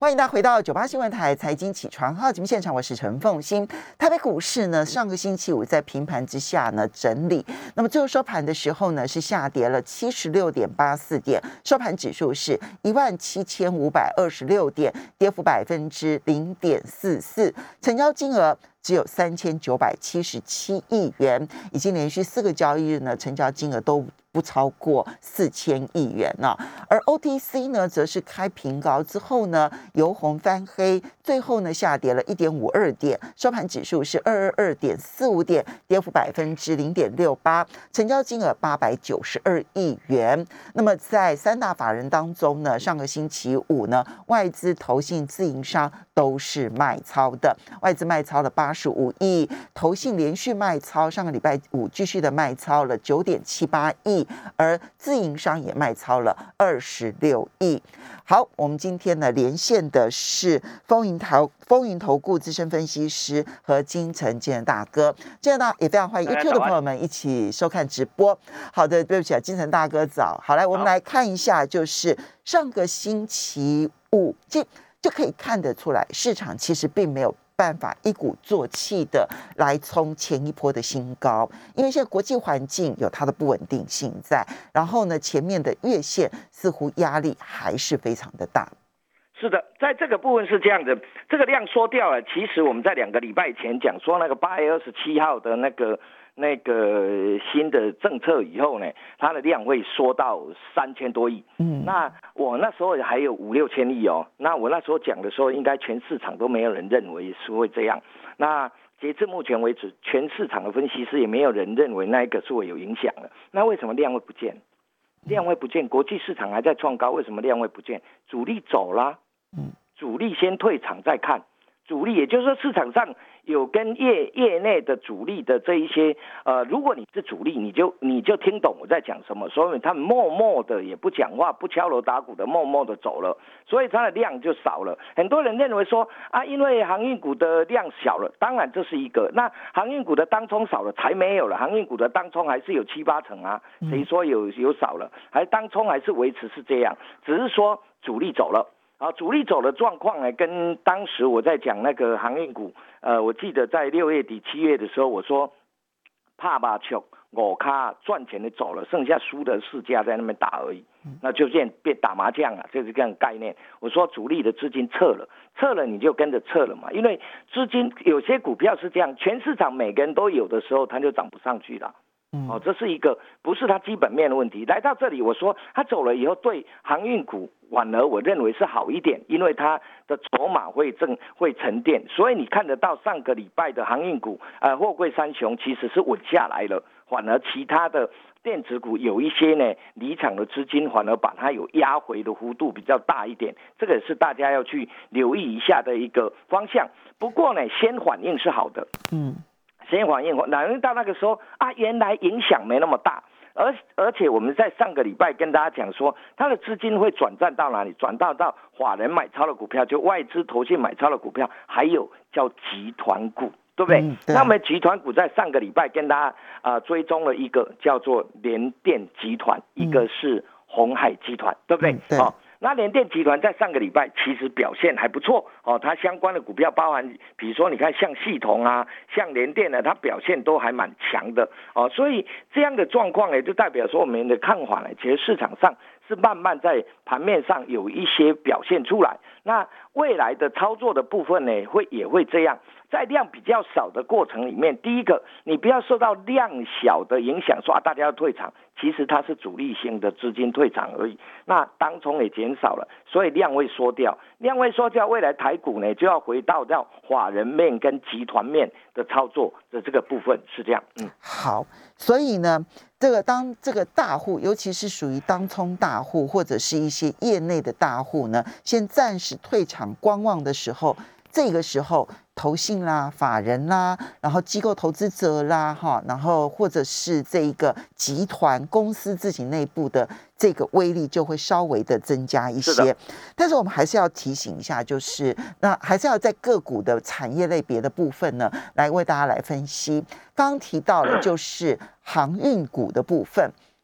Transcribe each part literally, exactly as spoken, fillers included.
欢迎大家回到九八新闻台财经起床号节目现场，我是陈凤馨。台北股市呢，上个星期五在平盘之下呢整理，那么最后收盘的时候呢是下跌了七十六点八四点，收盘指数是一万七千五百二十六点，跌幅百分之零点四四，成交金额只有三千九百七十七亿元，已经连续四个交易日呢，成交金额都不超过四千亿元呢、啊。而 O T C 呢，则是开平高之后呢，由红翻黑，最后呢下跌了一点五二点，收盘指数是二二二点四五点，跌幅百分之零点六八，成交金额八百九十二亿元。那么在三大法人当中呢，上个星期五呢，外资、投信、自营商都是卖超的，外资卖超了八十五亿，投信连续卖超，上个礼拜五继续的卖超了九点七八亿，而自营商也卖超了二十六亿。好，我们今天呢连线的是风云投风云投顾资深分析师和金城健人大哥，健人大也非常欢迎 YouTube 的朋友们一起收看直播。好的，对不起啊，金城大哥早。好，来我们来看一下，就是上个星期五就就可以看得出来，市场其实并没有办法一鼓作气的来冲前一波的新高，因为现在国际环境有它的不稳定性在，然后呢，前面的月线似乎压力还是非常的大。 是的，在这个部分是这样的，这个量缩掉了。其实我们在两个礼拜前讲说那个八月二十七号的那个那个新的政策以后呢，它的量会缩到三千多亿。嗯，那我那时候还有五六千亿哦。那我那时候讲的时候，应该全市场都没有人认为是会这样。那截至目前为止，全市场的分析师也没有人认为那一个是会有影响的。那为什么量会不见？量会不见，国际市场还在创高，为什么量会不见？主力走了。主力先退场再看，主力也就是说市场上有跟业业内的主力的这一些呃，如果你是主力，你就你就听懂我在讲什么，所以他们默默的也不讲话，不敲锣打鼓的默默的走了，所以它的量就少了。很多人认为说啊，因为航运股的量小了，当然这是一个，那航运股的当冲少了才没有了，航运股的当冲还是有七八成啊，谁说有有少了？还当冲还是维持是这样，只是说主力走了。啊，主力走的状况呢，跟当时我在讲那个航运股，呃，我记得在六月底七月的时候，我说怕吧穷五卡赚钱的走了，剩下输的四家在那边打而已，那就变变打麻将啊，就是这样概念。我说主力的资金撤了，撤了你就跟着撤了嘛，因为资金有些股票是这样，全市场每个人都有的时候，它就涨不上去了。哦，这是一个不是它基本面的问题。来到这里，我说它走了以后，对航运股反而我认为是好一点，因为它的筹码会正会沉淀，所以你看得到上个礼拜的航运股，呃，货柜三雄其实是稳下来了，反而其他的电子股有一些呢离场的资金，反而把它有压回的幅度比较大一点，这个也是大家要去留意一下的一个方向。不过呢，先反应是好的，嗯。先反应，哪能到那个时候啊？原来影响没那么大，而而且我们在上个礼拜跟大家讲说，它的资金会转战到哪里？转到到法人买超的股票，就外资投信买超的股票，还有叫集团股，对不对？嗯、对那么集团股在上个礼拜跟大家啊、呃、追踪了一个叫做联电集团，嗯、一个是鸿海集团，对不对？嗯、对。哦那联电集团在上个礼拜其实表现还不错哦，它相关的股票包含，比如说你看像系统啊，像联电呢，它表现都还蛮强的哦，所以这样的状况呢，就代表说我们的看法呢，其实市场上是慢慢在盘面上有一些表现出来。那未来的操作的部分呢，会也会这样，在量比较少的过程里面，第一个你不要受到量小的影响，说啊大家要退场，其实它是主力性的资金退场而已。那当冲也减少了，所以量会缩掉，量会缩掉，未来台股呢就要回到到法人面跟集团面的操作的这个部分是这样。嗯， 好，所以呢，这个当这个大户，尤其是属于当冲大户或者是一些业内的大户呢，先暂时退场观望的时候，这个时候投信啦、法人啦，然后机构投资者啦，哈，然后或者是这一个集团公司自己内部的这个威力就会稍微的增加一些。但是我们还是要提醒一下，就是那还是要在个股的产业类别的部分呢，来为大家来分析。刚刚提到了就是航运股的部分。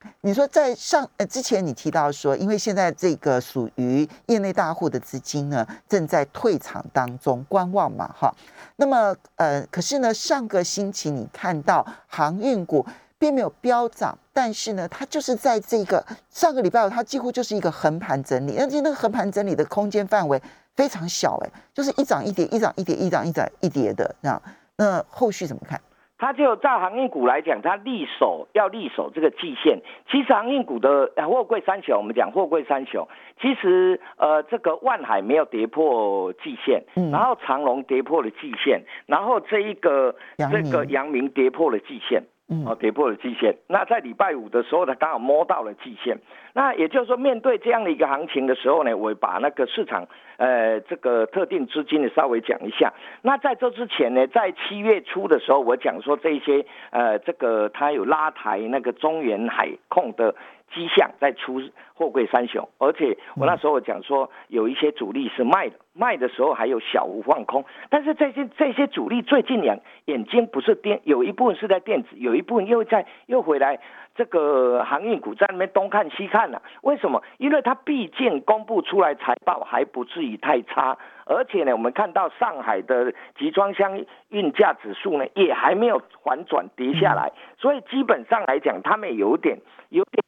你说在上呃之前你提到说，因为现在这个属于业内大户的资金呢，正在退场当中观望嘛，哈。那么呃，可是呢，上个星期你看到航运股并没有飙涨，但是呢，它就是在这个上个礼拜五，它几乎就是一个横盘整理，而且那个横盘整理的空间范围非常小，哎，就是一涨一跌，一涨一跌，一涨一涨一跌的这样。那后续怎么看？ 它就照航运股来讲，它力守要力守这个季线。其实航运股的货柜三雄，我们讲货柜三雄，其实呃这个万海没有跌破季线，嗯、然后长荣跌破了季线，然后这一个这个阳明跌破了季线。哦，跌破了季线。那在礼拜五的时候，它刚好摸到了季线。那也就是说，面对这样的一个行情的时候呢，我把那个市场呃这个特定资金的稍微讲一下。那在这之前呢，在七月初的时候，我讲说这些呃这个它有拉抬那个中原海控的迹象，在出货柜三雄，而且我那时候讲说有一些主力是卖的。卖的时候还有小幅放空，但是这些这些主力最近两眼睛不是电，有一部分是在电子，有一部分又在又回来这个航运股在那边东看西看了、啊。为什么？因为它毕竟公布出来财报还不至于太差，而且呢，我们看到上海的集装箱运价指数呢也还没有反转跌下来，所以基本上来讲，他们有点有点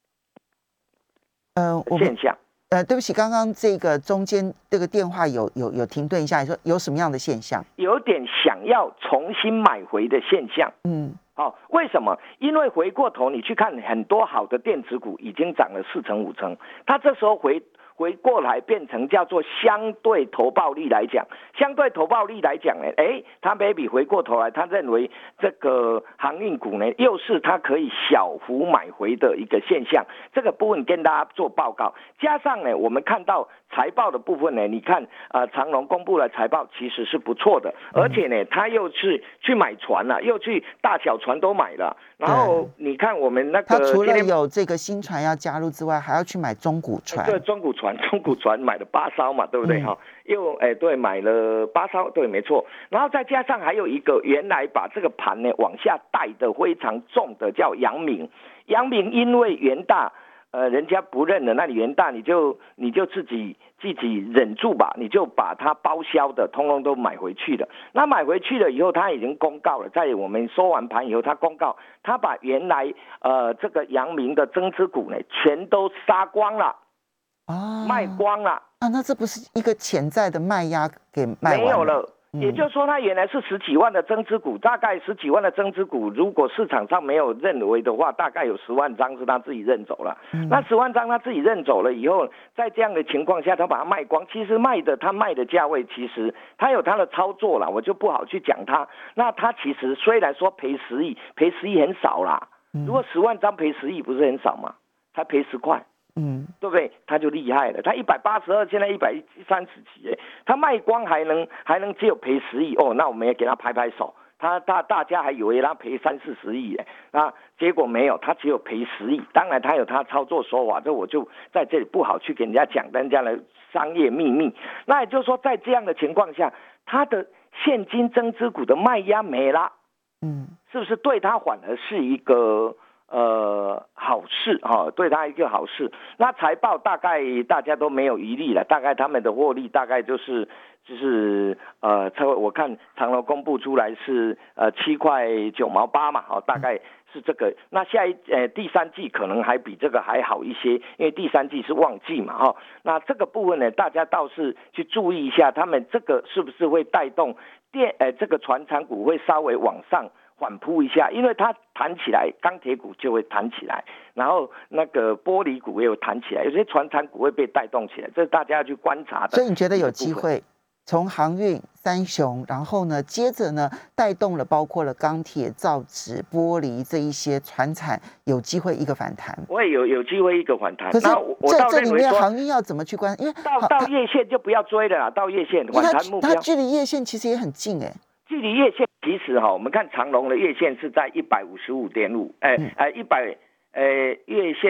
呃现象。 呃，对不起，刚刚这个中间这个电话有有有停顿一下，你说有什么样的现象？ 有点想要重新买回的现象。嗯，好、哦，为什么？因为回过头你去看很多好的电子股已经涨了四成五成，它这时候回。回过来变成叫做相对投报率来讲，相对投报率来讲呢，哎，他 maybe 回过头来，他认为这个航运股呢，又是他可以小幅买回的一个现象。这个部分跟大家做报告，加上呢，我们看到财报的部分呢，你看啊、呃，长荣公布了财报其实是不错的，而且呢，他又是去买船了，又去大小船都买了。然后你看我们那个， 他除了有这个新船要加入之外，还要去买中古船。 对，中古船。中古船买了八艘嘛，对不对哈？嗯、又哎、欸、对，买了八艘，对，没错。然后再加上还有一个，原来把这个盘呢往下带的非常重的叫阳明，阳明因为元大呃人家不认了，那你元大你就你就自己自己忍住吧，你就把它包销的通通都买回去了。那买回去了以后，他已经公告了，在我们收完盘以后，他公告他把原来呃这个阳明的增资股呢全都杀光了。哦、卖光了啊！那这不是一个潜在的卖压给卖完了？ 没有了，嗯、也就是说，它原来是十几万的增资股，大概十几万的增资股，如果市场上没有认为的话，大概有十万张是他自己认走了。嗯、那十万张他自己认走了以后，在这样的情况下，他把它卖光。其实卖的他卖的价位，其实他有他的操作啦，我就不好去讲他。那他其实虽然说赔十亿，赔十亿很少啦。如果十万张赔十亿，不是很少吗？他赔十块。嗯，对不对？他就厉害了，他一百八十二，现在一百三十几，哎，他卖光还能还能只有赔十亿哦，那我们也给他拍拍手。他大大家还以为他赔三四十亿，哎，那结果没有，他只有赔十亿。当然他有他操作手法，这我就在这里不好去给人家讲人家的商业秘密。那也就是说，在这样的情况下，他的现金增资股的卖压没了，嗯，是不是对他反而是一个？呃，好事哈、哦，对他一个好事。那财报大概大家都没有疑虑了，大概他们的获利大概就是就是呃，我看长荣公布出来是呃七块九毛八嘛，哦，大概是这个。那下一呃第三季可能还比这个还好一些，因为第三季是旺季嘛，哈、哦。那这个部分呢，大家倒是去注意一下，他们这个是不是会带动电呃这个传产股会稍微往上。反扑一下，因为它弹起来，钢铁股就会弹起来，然后那个玻璃股也有弹起来，有些传产股会被带动起来，这是大家要去观察的。 所以你觉得有机会从航运三雄，然后呢，接着呢带动了包括了钢铁、造纸、玻璃这一些传产，有机会一个反弹。 我也有有机会一个反弹。 可是这这里面航运要怎么去观？因为到到月线就不要追了啦，到月线反弹目标。 它距离月线其实也很近哎、欸。 距离月线其实哈，我们看长荣的月线是在一百五十五点五，哎哎一百呃月线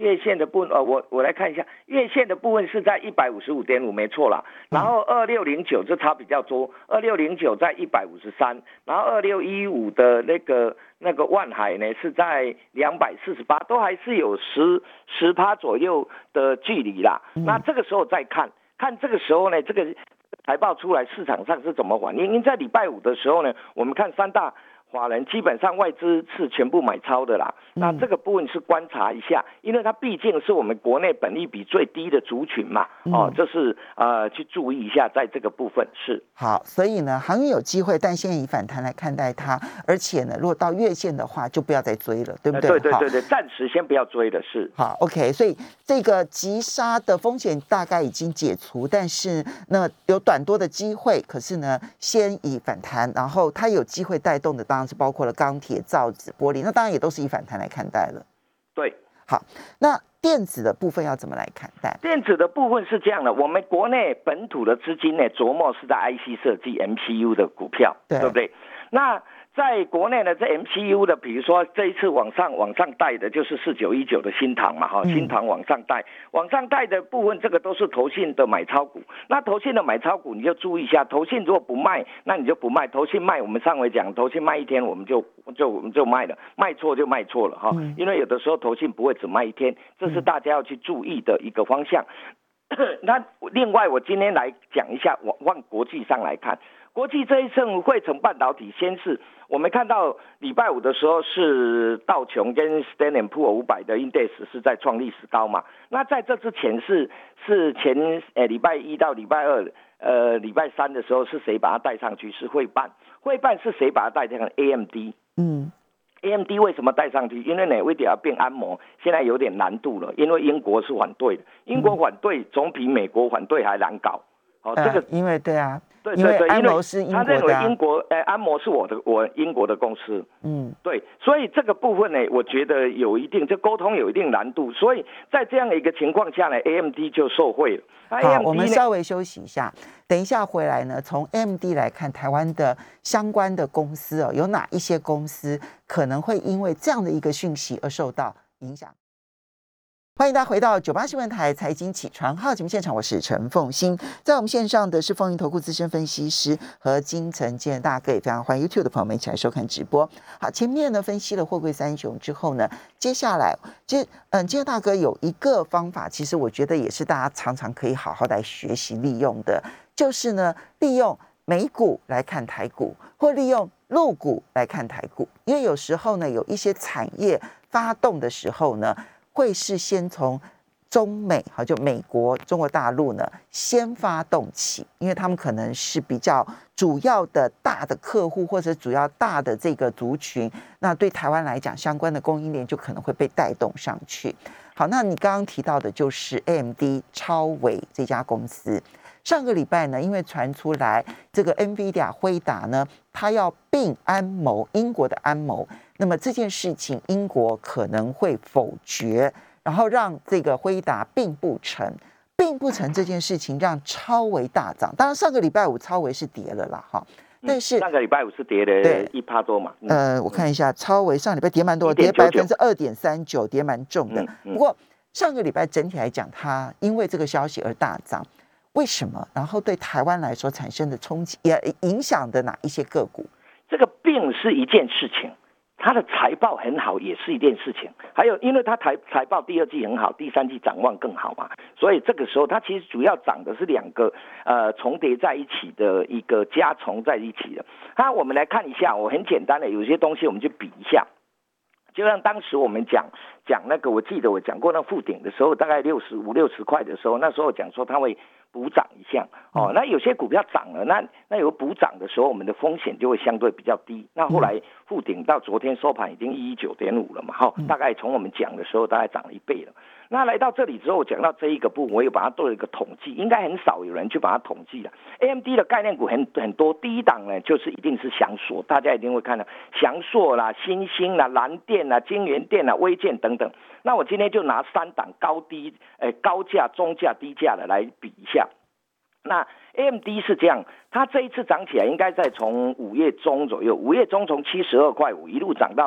月线的部分，呃，我我来看一下，月线的部分是在一百五十五点五，没错啦。然后二六零九这差比较多，二六零九在一百五十三，然后二六一五的那个那个万海呢是在两百四十八，都还是有十十趴左右的距离啦。那这个时候再看看这个时候呢，这个财报出来市场上是怎么反应？因为在礼拜五的时候呢，我们看三大法人基本上外资是全部买超的啦，那这个部分是观察一下，因为它毕竟是我们国内本益比最低的族群嘛，哦，这是呃去注意一下，在这个部分是好，所以呢，航运有机会，但现在以反弹来看待它，而且呢，如果到月线的话，就不要再追了，对不对？ 呃、对对对对，暂时先不要追的是好 ，OK， 所以这个急杀的风险大概已经解除，但是那有短多的机会，可是呢，先以反弹，然后它有机会带动的当然是包括了钢铁、造纸、玻璃，那当然也都是以反弹来看待了。 对， 好，那电子的部分要怎么来看待？ 电子的部分是这样的，我们国内本土的资金呢，琢磨是在 I C 设计 M C U 的股票， 对, 对不对？那在国内呢，这 M C U 的，比如说这一次往上往上带的，就是四九一九的新唐嘛，哈，新唐往上带，往上带的部分，这个都是投信的买超股。那投信的买超股，你就注意一下，投信如果不卖，那你就不卖；投信卖，我们上回讲，投信卖一天，我们就就我们就卖了，卖错就卖错了哈。因为有的时候投信不会只卖一天，这是大家要去注意的一个方向。那另外，我今天来讲一下，往往国际上来看。国际这一次汇成半导体，先是我们看到礼拜五的时候是道琼跟 Standard and Poor 五百的 Index 是在创历史高嘛？那在这之前是是前呃礼拜一到礼拜二呃礼拜三的时候是谁把它带上去？是汇办，汇办是谁把它带上去 ？A M D， 嗯 ，A M D 为什么带上去？因为呢，为了要变安谋，现在有点难度了，因为英国是反对的，英国反对总比美国反对还难搞。 哦，这个、呃、因为对啊。 对对对， 安谋是英国的、啊， 他认为英国，呃，安谋是我的，我英国的公司，嗯，对，所以这个部分呢，我觉得有一定，这沟通有一定难度，所以在这样的一个情况下呢 ，A M D 就受惠了。 好，我们稍微休息一下，等一下回来呢，从 A M D 来看，台湾的相关的公司哦，有哪一些公司可能会因为这样的一个讯息而受到影响？欢迎大家回到九八新闻台财经起床号节目现场，我是陈凤馨，在我们线上的是丰盈投顾资深分析师和金城健大哥，也非常欢迎 YouTube 的朋友们一起来收看直播。好，前面呢分析了货柜三雄之后呢，接下来其实嗯，健大哥有一个方法，其实我觉得也是大家常常可以好好来学习利用的，就是呢利用美股来看台股，或利用陆股来看台股，因为有时候呢有一些产业发动的时候呢，会是先从中美，好，就美国、中国大陆呢先发动起，因为他们可能是比较主要的大的客户，或者主要大的这个族群。那对台湾来讲，相关的供应链就可能会被带动上去。好，那你刚刚提到的就是 A M D 超微这家公司。上个礼拜呢，因为传出来这个 NVIDIA 辉达呢，它要并安谋，英国的安谋，那么这件事情英国可能会否决，然后让这个辉达并不成，并不成这件事情让超微大涨。当然上个礼拜五超微是跌了啦，哈。但是上个礼拜五是跌了一趴多嘛？ 呃，我看一下，超微上礼拜跌蛮多，跌百分之二点三九，跌蛮重的。不过上个礼拜整体来讲，它因为这个消息而大涨。为什么？然后对台湾来说产生的冲击，也影响的哪一些个股？ 这个并是一件事情，它的财报很好也是一件事情。还有，因为它财财报第二季很好，第三季展望更好嘛，所以这个时候它其实主要涨的是两个呃重叠在一起的一个加重在一起的。那我们来看一下，我很简单的有些东西我们就比一下。就像当时我们讲讲那个，我记得我讲过那富鼎的时候，大概六十五六十块的时候，那时候讲说它会补涨一下哦。那有些股票涨了，那那有补涨的时候，我们的风险就会相对比较低。那后来富鼎到昨天收盘已经一一九点五了嘛，哈，大概从我们讲的时候大概涨了一倍了。那来到这里之后，讲到这一个部分，我也把它做了一个统计，应该很少有人去把它统计了。A M D 的概念股很很多，第一档呢就是一定是翔硕，大家一定会看到翔硕啦、新兴啦、蓝电啦、金源电啦、微健等等。那我今天就拿三档高低、呃高价、中价、低价的来比一下。那 A M D 是这样，它这一次涨起来应该在从五月中左右，五月中从七十二块五一路涨到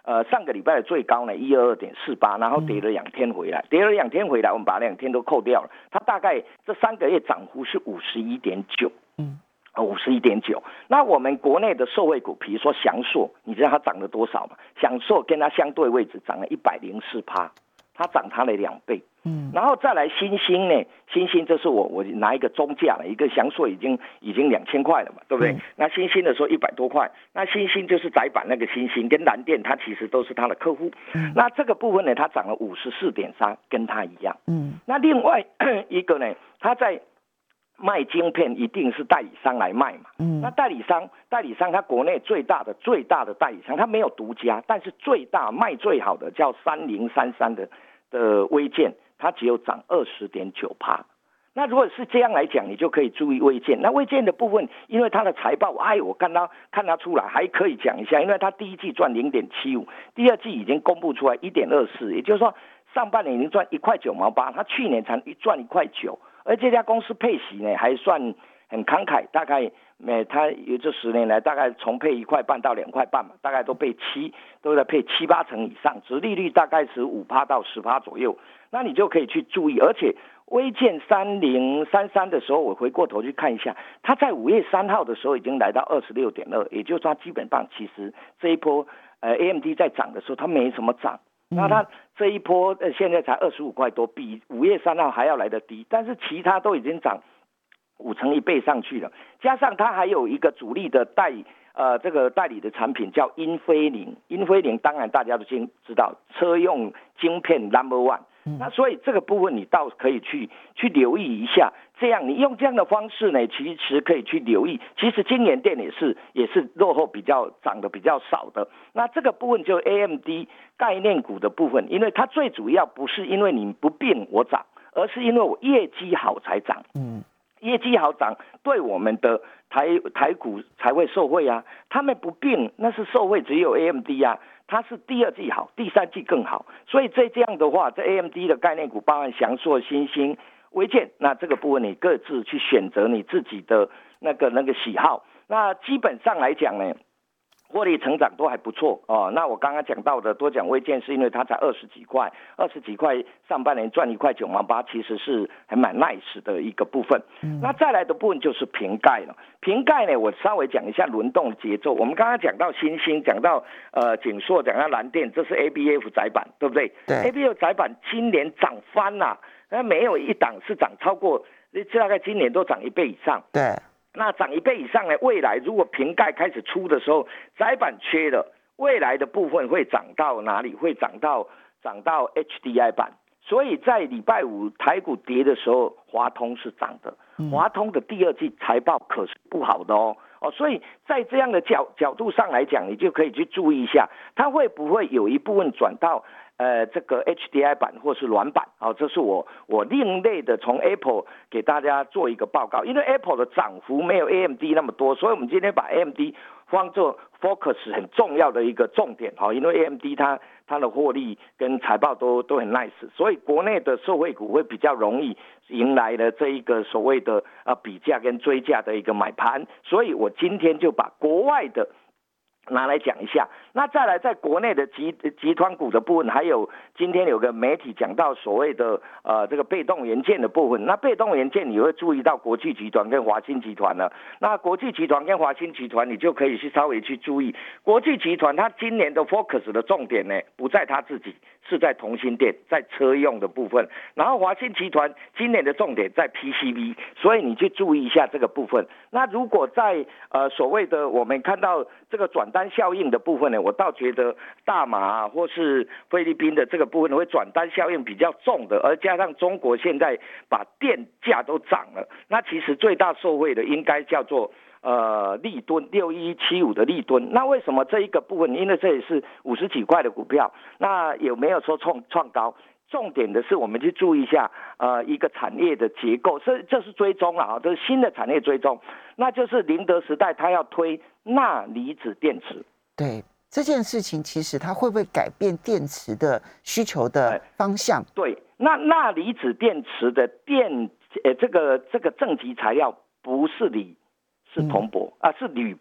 呃上个礼拜的最高呢一二二点四八，然后跌了两天回来，跌了两天回来，我们把两天都扣掉了，它大概这三个月涨幅是五十一点九，嗯。五十一点九，那我们国内的受惠股，比如说祥硕，你知道它涨了多少吗？祥硕跟它相对位置涨了一百零四趴，它涨它的两倍。嗯，然后再来新兴呢，新兴这是我我拿一个中价了，一个祥硕已经已经两千块了嘛，对不对？嗯、那新兴的时候一百多块，那新兴就是窄板那个新兴跟蓝电，它其实都是它的客户。嗯，那这个部分呢，它涨了五十四点三，跟它一样。嗯，那另外一个呢，它在卖晶片一定是代理商来卖嘛，嗯，那代理商代理商他国内最大的最大的代理商，他没有独家，但是最大卖最好的叫三零三三的的微健，它只有涨二十点九趴。那如果是这样来讲，你就可以注意微健。那微健的部分，因为它的财报，哎，我看它看它出来还可以讲一下，因为它第一季赚零点七五，第二季已经公布出来一点二四，也就是说上半年已经赚一块九毛八，它去年才赚一块九。而这家公司配息呢还算很慷慨，大概每它也这十年来大概从配一块半到两块半嘛，大概都配七都在配七八成以上，殖利率大概是五趴到十趴左右，那你就可以去注意。而且微健三零三三的时候，我回过头去看一下，它在五月三号的时候已经来到二十六点二，也就是说基本上其实这一波呃 A M D 在涨的时候它没什么涨。那它这一波呃现在才二十五块多，比五月三号还要来得低，但是其他都已经涨五成一倍上去了。加上它还有一个主力的代呃这个代理的产品叫英飞凌，英飞凌当然大家都先知道，车用晶片 number one。那所以这个部分你倒可以去去留意一下，这样你用这样的方式呢，其实可以去留意。其实晶圆店也是也是落后比较涨得比较少的。那这个部分就 A M D 概念股的部分，因为它最主要不是因为你不变我涨，而是因为我业绩好才涨。嗯，业绩好涨，对我们的台台股才会受惠啊。他们不变，那是受惠只有 A M D 啊。它是第二季好，第三季更好，所以在这样的话，在 A M D 的概念股，包含祥硕、新兴、微健，那这个部分你各自去选择你自己的那个那个喜好。那基本上来讲呢，获利成长都还不错哦。那我刚刚讲到的多讲微健，是因为它才二十几块，二十几块上半年赚一块九毛八，其实是还蛮 nice 的一个部分。嗯、那再来的部分就是瓶盖了。瓶盖呢，我稍微讲一下轮动节奏。我们刚刚讲到新兴，讲到呃景硕，讲到蓝电，这是 A B F 载板，对不对？对 ，A B F 载板今年涨翻了，那没有一档是涨超过，大概今年都涨一倍以上。 对。 那涨一倍以上呢？未来如果瓶盖开始出的时候，载板缺了，未来的部分会涨到哪里？会涨到涨到 H D I 板。所以在礼拜五台股跌的时候，华通是涨的。华通的第二季财报可是不好的哦。哦，所以在这样的角角度上来讲，你就可以去注意一下，它会不会有一部分转到呃这个 H D I 版或是软板。哦，这是我我另类的从 Apple 给大家做一个报告，因为 Apple 的涨幅没有 A M D 那么多，所以我们今天把 A M D 放作 focus 很重要的一个重点。好，因为 A M D 它它的获利跟财报都都很 nice， 所以国内的受惠股会比较容易迎来了这一个所谓的呃比价跟追价的一个买盘，所以我今天就把国外的拿来讲一下。那再来在国内的集集团股的部分，还有今天有个媒体讲到所谓的呃这个被动元件的部分。那被动元件你会注意到国际集团跟华新集团了。那国际集团跟华新集团你就可以去稍微去注意，国际集团它今年的 focus 的重点呢不在它自己，是在同心电，在车用的部分。然后华新集团今年的重点在 P C B， 所以你去注意一下这个部分。那如果在呃所谓的我们看到这个转单效应的部分呢，我倒觉得大马啊或是菲律宾的这个部分会转单效应比较重的，而加上中国现在把电价都涨了，那其实最大受惠的应该叫做呃立敦六一七五的立敦。那为什么这一个部分？因为这也是五十几块的股票，那有没有说创创高？重点的是我们去注意一下呃一个产业的结构，这这是追踪啊，这是新的产业追踪，那就是宁德时代它要推钠离子电池。 对。这件事情其实它会不会改变电池的需求的方向？ 对，那钠离子电池的电呃这个这个正极材料不是锂，是铜箔、嗯、啊是铝箔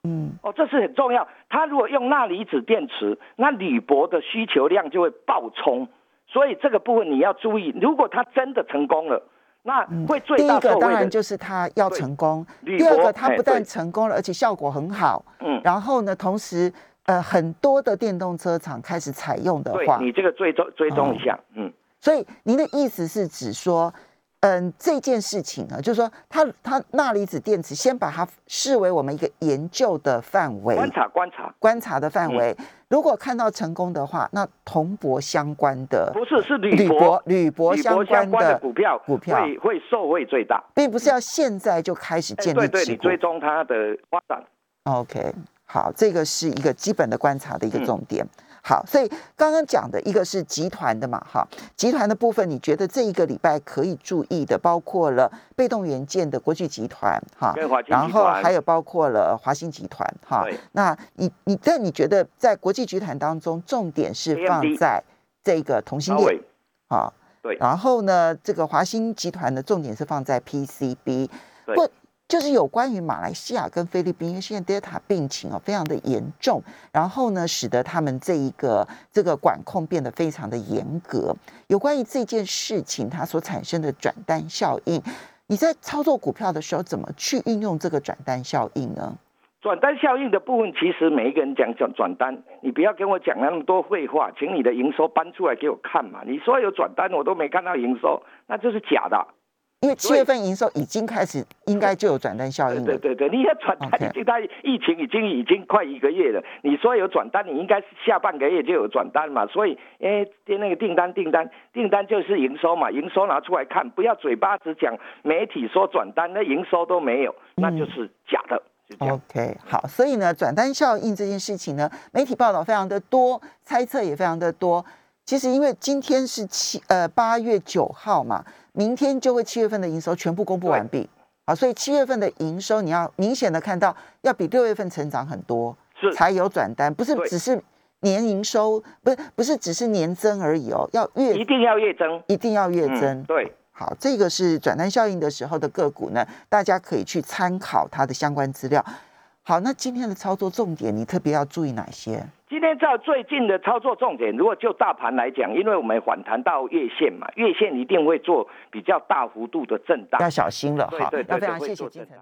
嗯， 哦，这是很重要。它如果用钠离子电池，那铝箔的需求量就会爆冲，所以这个部分你要注意。如果它真的成功了，那会最大受惠的、嗯、 第一个当然就是它要成功，第二个它不但成功了，而且效果很好。嗯，然后呢，同时呃很多的电动车厂开始采用的话， 对你这个追踪追踪一下，哦、嗯。 所以您的意思是指说？嗯，这件事情呢，就是说它，它它钠离子电池先把它视为我们一个研究的范围， 观察观察观察的范围。嗯、如果看到成功的话，那铜箔相关的不是是铝箔铝箔相关的股票股票会会受惠最大， 并不是要现在就开始建立持股。 对对，你追踪它的发展。 OK， 好，这个是一个基本的观察的一个重点。嗯好，所以刚刚讲的一个是集团的嘛，哈，集团的部分，你觉得这一个礼拜可以注意的，包括了被动元件的国巨集团，哈，然后还有包括了华新集团，哈，那你你但你觉得在国际集团当中，重点是放在这个同性恋，啊， 对， 然后呢，这个华新集团的重点是放在 P C B， 不。就是有关于马来西亚跟菲律宾，因为现在 Delta 病情哦非常的严重，然后呢，使得他们这一个这个管控变得非常的严格。有关于这件事情它所产生的转单效应，你在操作股票的时候怎么去运用这个转单效应呢？ 转单效应的部分，其实每一个人讲讲转单，你不要跟我讲那么多废话，请你的营收搬出来给我看嘛。你说有转单，我都没看到营收，那就是假的。 因为七月份营收已经开始，应该就有转单效应了。 对对对，你要转单已经，它疫情已经已经快一个月了。你说有转单，你应该是下半个月就有转单嘛。所以，哎，那个订单订单订单就是营收嘛，营收拿出来看，不要嘴巴只讲媒体说转单，那营收都没有，那就是假的。 嗯、OK， 好，所以呢，转单效应这件事情呢，媒体报道非常的多，猜测也非常的多。其实因为今天是七呃八月九号嘛，明天就会七月份的营收全部公布完毕，好，所以七月份的营收你要明显的看到要比六月份成长很多，才有转单，不是只是年营收，不是不是只是年增而已哦，要月一定要月增， 一定要月增， 嗯、对， 好，这个是转单效应的时候的个股呢，大家可以去参考它的相关资料。好，那今天的操作重点你特别要注意哪些？ 今天照最近的操作重点，如果就大盘来讲，因为我们反弹到月线嘛，月线一定会做比较大幅度的震荡， 要小心了哈。 对对对， 要非常谢谢金城。